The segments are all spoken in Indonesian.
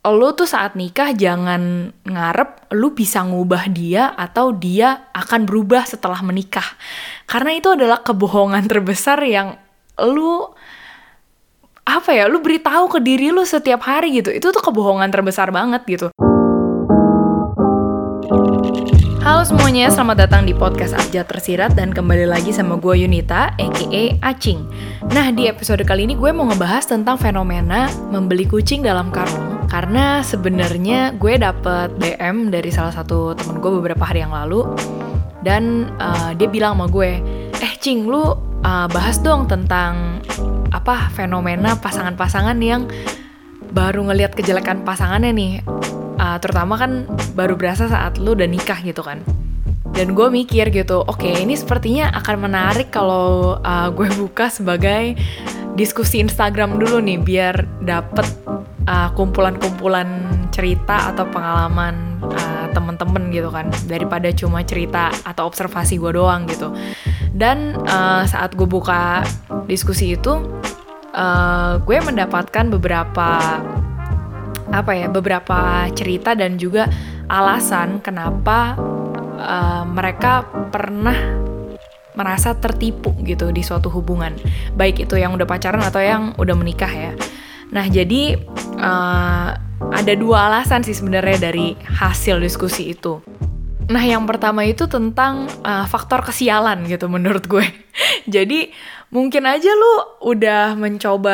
lu tuh saat nikah jangan ngarep lu bisa ngubah dia atau dia akan berubah setelah menikah. Karena itu adalah kebohongan terbesar yang lu lu beritahu ke diri lu setiap hari gitu. Itu tuh kebohongan terbesar banget gitu. Halo semuanya, selamat datang di podcast Abjad Tersirat dan kembali lagi sama gue Yunita, aka Acing. Nah, di episode kali ini gue mau ngebahas tentang fenomena membeli kucing dalam karung. Karena sebenarnya gue dapet DM dari salah satu temen gue beberapa hari yang lalu. Dan dia bilang sama gue, Cing, lu bahas dong tentang fenomena pasangan-pasangan yang baru ngelihat kejelekan pasangannya nih. Terutama kan baru berasa saat lu udah nikah gitu kan. Dan gue mikir gitu, oke, ini sepertinya akan menarik kalau gue buka sebagai diskusi Instagram dulu nih, biar dapet kumpulan-kumpulan cerita atau pengalaman temen-temen gitu kan, daripada cuma cerita atau observasi gue doang gitu. Dan saat gue buka diskusi itu, gue mendapatkan beberapa cerita dan juga alasan kenapa mereka pernah merasa tertipu gitu di suatu hubungan, baik itu yang udah pacaran atau yang udah menikah ya. Nah, jadi ada dua alasan sih sebenarnya dari hasil diskusi itu. Nah, yang pertama itu tentang faktor kesialan gitu menurut gue. Jadi mungkin aja lu udah mencoba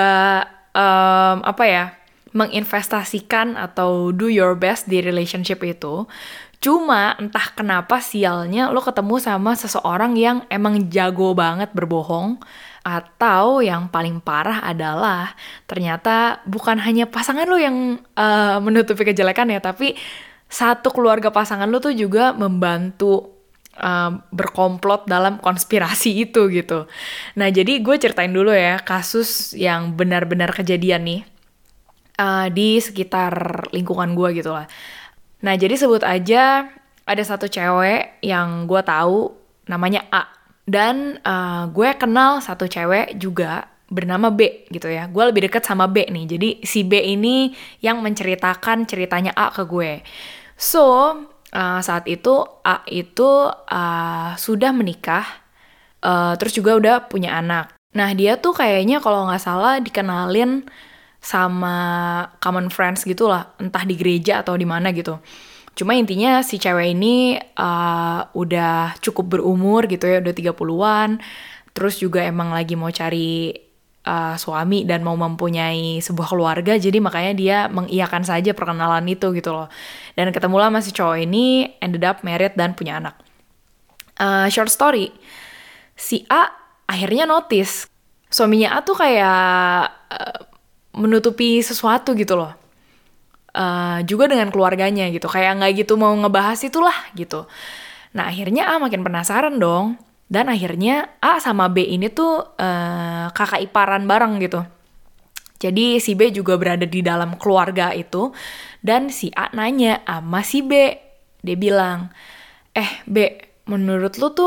menginvestasikan atau do your best di relationship itu. Cuma entah kenapa sialnya lo ketemu sama seseorang yang emang jago banget berbohong. Atau yang paling parah adalah ternyata bukan hanya pasangan lo yang menutupi kejelekan ya, tapi satu keluarga pasangan lo tuh juga membantu berkomplot dalam konspirasi itu gitu. Nah, jadi gue ceritain dulu ya kasus yang benar-benar kejadian nih. Di sekitar lingkungan gue gitu lah. Nah, jadi sebut aja ada satu cewek yang gue tahu namanya A. Dan gue kenal satu cewek juga bernama B gitu ya. Gue lebih dekat sama B nih. Jadi si B ini yang menceritakan ceritanya A ke gue. So, saat itu A itu sudah menikah, terus juga udah punya anak. Nah, dia tuh kayaknya kalau nggak salah dikenalin sama common friends gitu lah, entah di gereja atau di mana gitu. Cuma intinya si cewek ini udah cukup berumur gitu ya, udah 30-an. Terus juga emang lagi mau cari suami dan mau mempunyai sebuah keluarga, jadi makanya dia mengiyakan saja perkenalan itu gitu loh. Dan ketemulah sama si cowok ini, ended up married dan punya anak. Short story, si A akhirnya notice suaminya A tuh kayak menutupi sesuatu gitu loh. Juga dengan keluarganya gitu. Kayak gak gitu mau ngebahas itulah gitu. Nah, akhirnya A makin penasaran dong. Dan akhirnya A sama B ini tuh kakak iparan bareng gitu. Jadi si B juga berada di dalam keluarga itu. Dan si A nanya sama si B. Dia bilang, B, menurut lu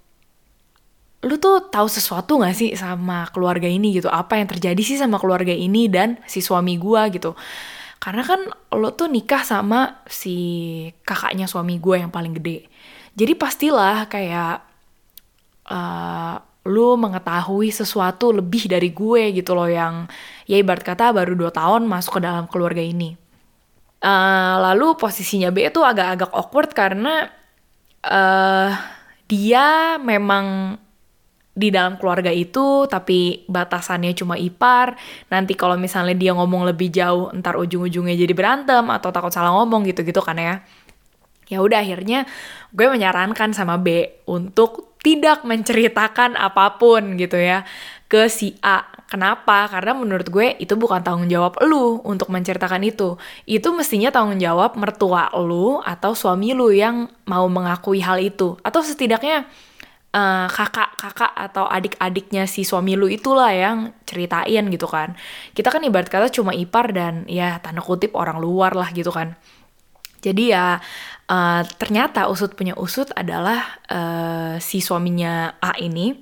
tuh tahu sesuatu gak sih sama keluarga ini gitu? Apa yang terjadi sih sama keluarga ini dan si suami gua gitu? Karena kan lo tuh nikah sama si kakaknya suami gua yang paling gede. Jadi pastilah kayak lo mengetahui sesuatu lebih dari gue gitu loh, yang ya ibarat kata baru 2 tahun masuk ke dalam keluarga ini. Lalu posisinya B itu agak-agak awkward karena dia memang di dalam keluarga itu, tapi batasannya cuma ipar. Nanti kalau misalnya dia ngomong lebih jauh, ntar ujung-ujungnya jadi berantem atau takut salah ngomong gitu-gitu kan ya. Ya udah, akhirnya gue menyarankan sama B untuk tidak menceritakan apapun gitu ya ke si A. Kenapa? Karena menurut gue itu bukan tanggung jawab lu untuk menceritakan itu. Itu mestinya tanggung jawab mertua lu atau suami lu yang mau mengakui hal itu. Atau setidaknya kakak atau adik-adiknya si suami lu itulah yang ceritain gitu kan. Kita kan ibarat kata cuma ipar dan ya tanda kutip orang luar lah gitu kan. Jadi ya ternyata usut punya usut adalah si suaminya A ini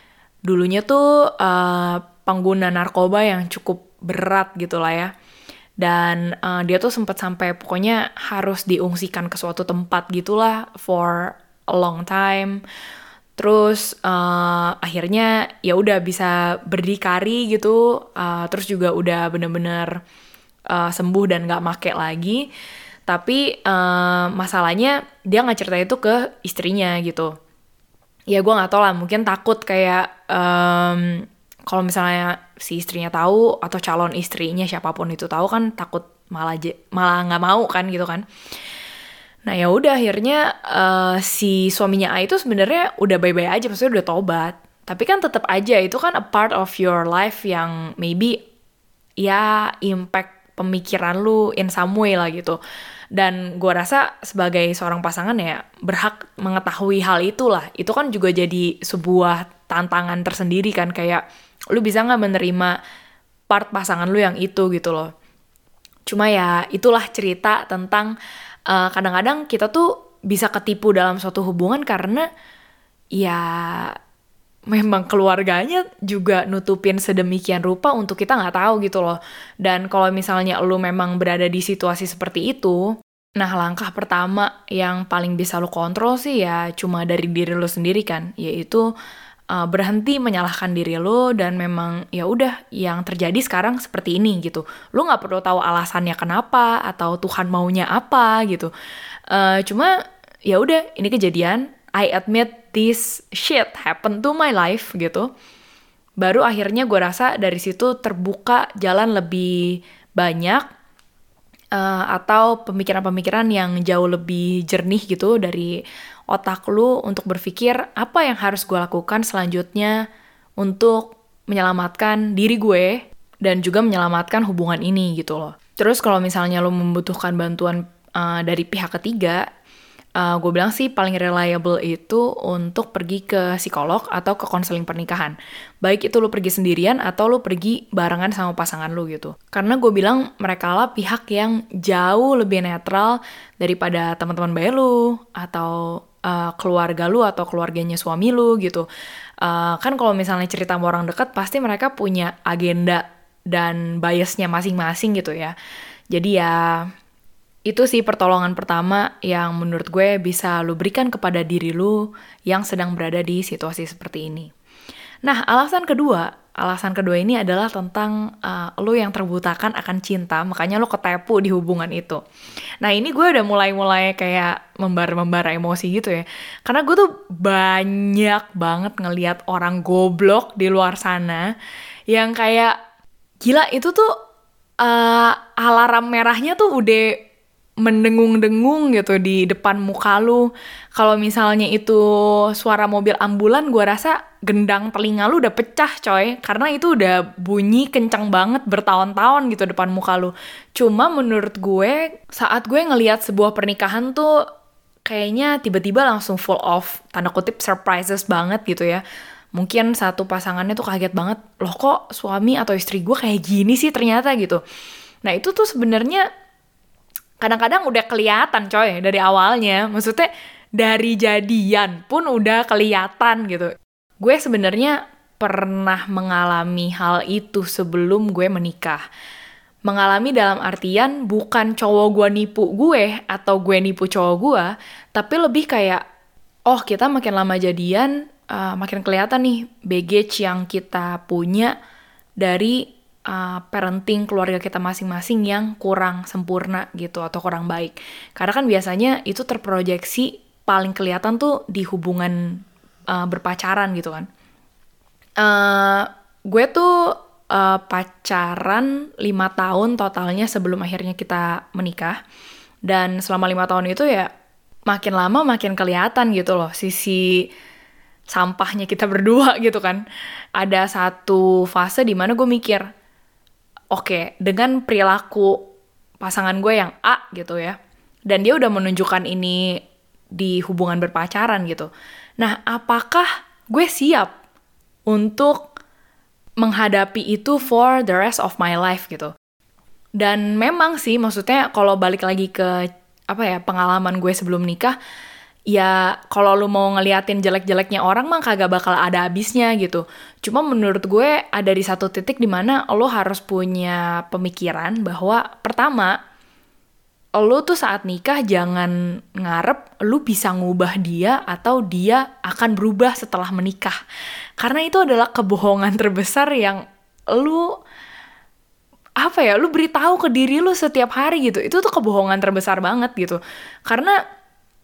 dulunya tuh pengguna narkoba yang cukup berat gitu lah ya. Dan dia tuh sempat sampai pokoknya harus diungsikan ke suatu tempat gitulah for a long time. Terus akhirnya ya udah bisa berdikari gitu. Terus juga udah bener-bener sembuh dan nggak make lagi. Tapi masalahnya dia nggak cerita itu ke istrinya gitu. Ya gue nggak tahu lah, mungkin takut kayak kalau misalnya si istrinya tahu atau calon istrinya siapapun itu tahu kan takut malah nggak mau kan gitu kan. Nah ya udah akhirnya si suaminya A itu sebenarnya udah bye-bye aja, maksudnya udah tobat. Tapi kan tetap aja itu kan a part of your life yang maybe ya impact pemikiran lu in some way lah gitu. Dan gue rasa sebagai seorang pasangan ya berhak mengetahui hal itulah. Itu kan juga jadi sebuah tantangan tersendiri kan, kayak lu bisa nggak menerima part pasangan lu yang itu gitu loh. Cuma ya itulah cerita tentang kadang-kadang kita tuh bisa ketipu dalam suatu hubungan karena ya memang keluarganya juga nutupin sedemikian rupa untuk kita nggak tahu gitu loh. Dan kalau misalnya lu memang berada di situasi seperti itu, nah langkah pertama yang paling bisa lu kontrol sih ya cuma dari diri lu sendiri kan, yaitu berhenti menyalahkan diri lu dan memang ya udah yang terjadi sekarang seperti ini gitu. Lu nggak perlu tahu alasannya kenapa atau Tuhan maunya apa gitu. Cuma ya udah ini kejadian. I admit this shit happened to my life gitu. Baru akhirnya gue rasa dari situ terbuka jalan lebih banyak atau pemikiran-pemikiran yang jauh lebih jernih gitu dari otak lu untuk berpikir apa yang harus gue lakukan selanjutnya untuk menyelamatkan diri gue dan juga menyelamatkan hubungan ini gitu loh. Terus kalau misalnya lu membutuhkan bantuan dari pihak ketiga, gue bilang sih paling reliable itu untuk pergi ke psikolog atau ke konseling pernikahan. Baik itu lu pergi sendirian atau lu pergi barengan sama pasangan lu gitu. Karena gue bilang mereka lah pihak yang jauh lebih netral daripada teman-teman bayi lu atau keluarga lu atau keluarganya suami lu gitu. Kan kalau misalnya cerita sama orang dekat pasti mereka punya agenda dan biasnya masing-masing gitu ya. Jadi ya itu sih pertolongan pertama yang menurut gue bisa lu berikan kepada diri lu yang sedang berada di situasi seperti ini. Nah, alasan kedua ini adalah tentang lu yang terbutakan akan cinta, makanya lu ketepu di hubungan itu. Nah, ini gue udah mulai kayak membara emosi gitu ya. Karena gue tuh banyak banget ngelihat orang goblok di luar sana yang kayak gila itu tuh alarm merahnya tuh udah mendengung-dengung gitu di depan muka lu. Kalau misalnya itu suara mobil ambulan, gue rasa gendang telinga lu udah pecah coy. Karena itu udah bunyi kencang banget bertahun-tahun gitu depan muka lu. Cuma menurut gue, saat gue ngelihat sebuah pernikahan tuh kayaknya tiba-tiba langsung full of, tanda kutip, surprises banget gitu ya. Mungkin satu pasangannya tuh kaget banget, loh kok suami atau istri gue kayak gini sih ternyata gitu. Nah itu tuh sebenarnya kadang-kadang udah kelihatan coy dari awalnya. Maksudnya dari jadian pun udah kelihatan gitu. Gue sebenarnya pernah mengalami hal itu sebelum gue menikah. Mengalami dalam artian bukan cowok gue nipu gue atau gue nipu cowok gue, tapi lebih kayak, oh kita makin lama jadian, makin kelihatan nih baggage yang kita punya dari parenting keluarga kita masing-masing yang kurang sempurna gitu atau kurang baik. Karena kan biasanya itu terproyeksi paling kelihatan tuh di hubungan berpacaran gitu kan. Gue tuh pacaran 5 tahun totalnya sebelum akhirnya kita menikah. Dan selama 5 tahun itu ya makin lama makin kelihatan gitu loh sisi sampahnya kita berdua gitu kan. Ada satu fase di mana gue mikir, oke, dengan perilaku pasangan gue yang A gitu ya, dan dia udah menunjukkan ini di hubungan berpacaran gitu. Nah, apakah gue siap untuk menghadapi itu for the rest of my life gitu? Dan memang sih, maksudnya kalau balik lagi ke pengalaman gue sebelum nikah, ya kalau lu mau ngeliatin jelek-jeleknya orang mah kagak bakal ada habisnya gitu. Cuma menurut gue ada di satu titik dimana lo harus punya pemikiran bahwa pertama, lo tuh saat nikah jangan ngarep lu bisa ngubah dia atau dia akan berubah setelah menikah. Karena itu adalah kebohongan terbesar yang lu beritahu ke diri lu setiap hari gitu. Itu tuh kebohongan terbesar banget gitu. Karena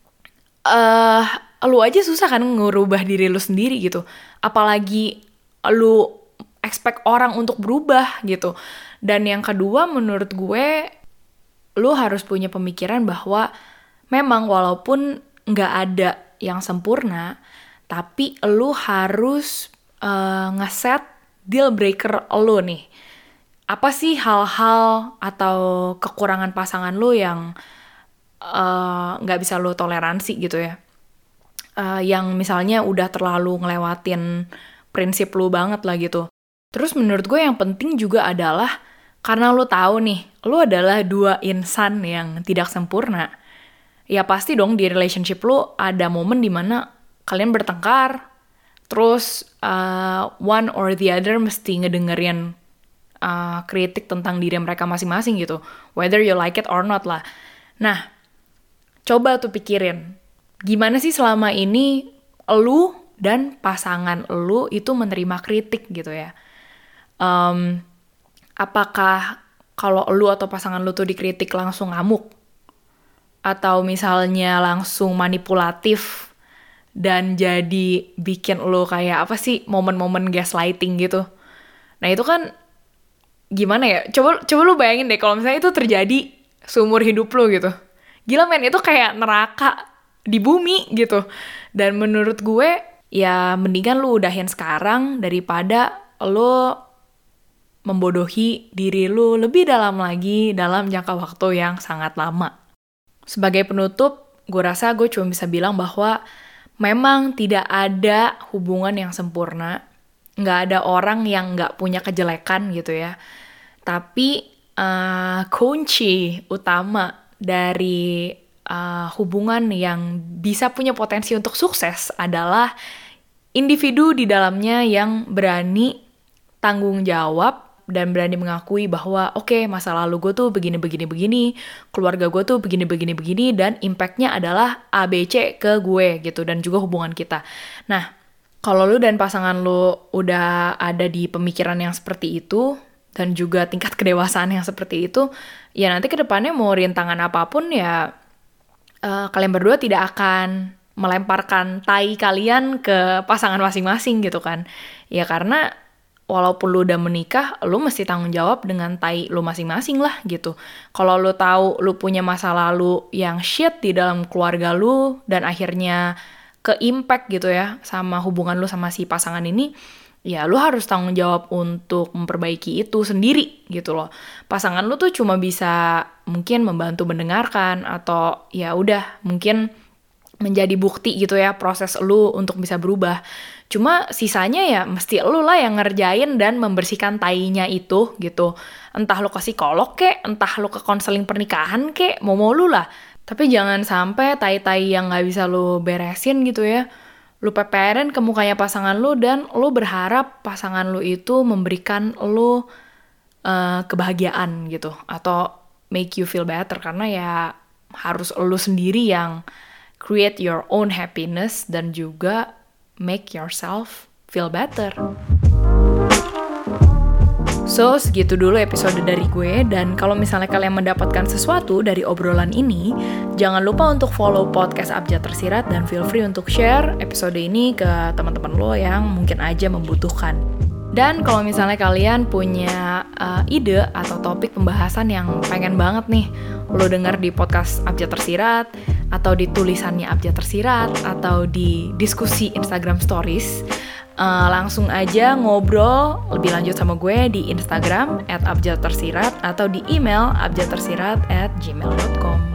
lu aja susah kan ngerubah diri lu sendiri gitu. Apalagi lu expect orang untuk berubah gitu. Dan yang kedua menurut gue, lu harus punya pemikiran bahwa memang walaupun nggak ada yang sempurna, tapi lu harus ngeset deal breaker lu nih. Apa sih hal-hal atau kekurangan pasangan lu yang nggak bisa lo toleransi gitu ya, yang misalnya udah terlalu ngelewatin prinsip lo banget lah gitu. Terus menurut gue yang penting juga adalah karena lo tahu nih lo adalah dua insan yang tidak sempurna, ya pasti dong di relationship lo ada momen dimana kalian bertengkar, terus one or the other mesti ngedengerin kritik tentang diri mereka masing-masing gitu, whether you like it or not lah. Nah, coba tuh pikirin, gimana sih selama ini lu dan pasangan lu itu menerima kritik gitu ya. Apakah kalau lu atau pasangan lu tuh dikritik langsung ngamuk? Atau misalnya langsung manipulatif dan jadi bikin lu kayak apa sih, momen-momen gaslighting gitu. Nah itu kan gimana ya, coba lu bayangin deh kalau misalnya itu terjadi seumur hidup lu gitu. Gila men, itu kayak neraka di bumi gitu. Dan menurut gue, ya mendingan lu udahin sekarang daripada lu membodohi diri lu lebih dalam lagi dalam jangka waktu yang sangat lama. Sebagai penutup, gue rasa gue cuma bisa bilang bahwa memang tidak ada hubungan yang sempurna. Nggak ada orang yang nggak punya kejelekan gitu ya. Tapi kunci utama dari hubungan yang bisa punya potensi untuk sukses adalah individu di dalamnya yang berani tanggung jawab dan berani mengakui bahwa oke, masa lalu gue tuh begini, keluarga gue tuh begini, dan impact-nya adalah ABC ke gue gitu, dan juga hubungan kita. Nah, kalau lu dan pasangan lu udah ada di pemikiran yang seperti itu, dan juga tingkat kedewasaan yang seperti itu, ya nanti ke depannya mau rintangan apapun ya kalian berdua tidak akan melemparkan tai kalian ke pasangan masing-masing gitu kan. Ya karena walaupun lu udah menikah, lu mesti tanggung jawab dengan tai lu masing-masing lah gitu. Kalau lu tahu lu punya masa lalu yang shit di dalam keluarga lu dan akhirnya ke-impact gitu ya sama hubungan lu sama si pasangan ini, ya lu harus tanggung jawab untuk memperbaiki itu sendiri gitu loh. Pasangan lu tuh cuma bisa mungkin membantu mendengarkan atau ya udah mungkin menjadi bukti gitu ya proses lu untuk bisa berubah. Cuma sisanya ya mesti lu lah yang ngerjain dan membersihkan tainya itu gitu. Entah lu ke psikolog kek, entah lu ke konseling pernikahan kek, mau lu lah. Tapi jangan sampai tai-tai yang gak bisa lu beresin gitu ya, lu peperin ke mukanya pasangan lu dan lu berharap pasangan lu itu memberikan lu kebahagiaan gitu atau make you feel better, karena ya harus lu sendiri yang create your own happiness dan juga make yourself feel better. So, segitu dulu episode dari gue, dan kalau misalnya kalian mendapatkan sesuatu dari obrolan ini, jangan lupa untuk follow podcast Abjad Tersirat dan feel free untuk share episode ini ke teman-teman lo yang mungkin aja membutuhkan. Dan kalau misalnya kalian punya ide atau topik pembahasan yang pengen banget nih lo denger di podcast Abjad Tersirat, atau di tulisannya Abjad Tersirat, atau di diskusi Instagram Stories, langsung aja ngobrol lebih lanjut sama gue di Instagram @abjadtersirat atau di email abjadtersirat@gmail.com.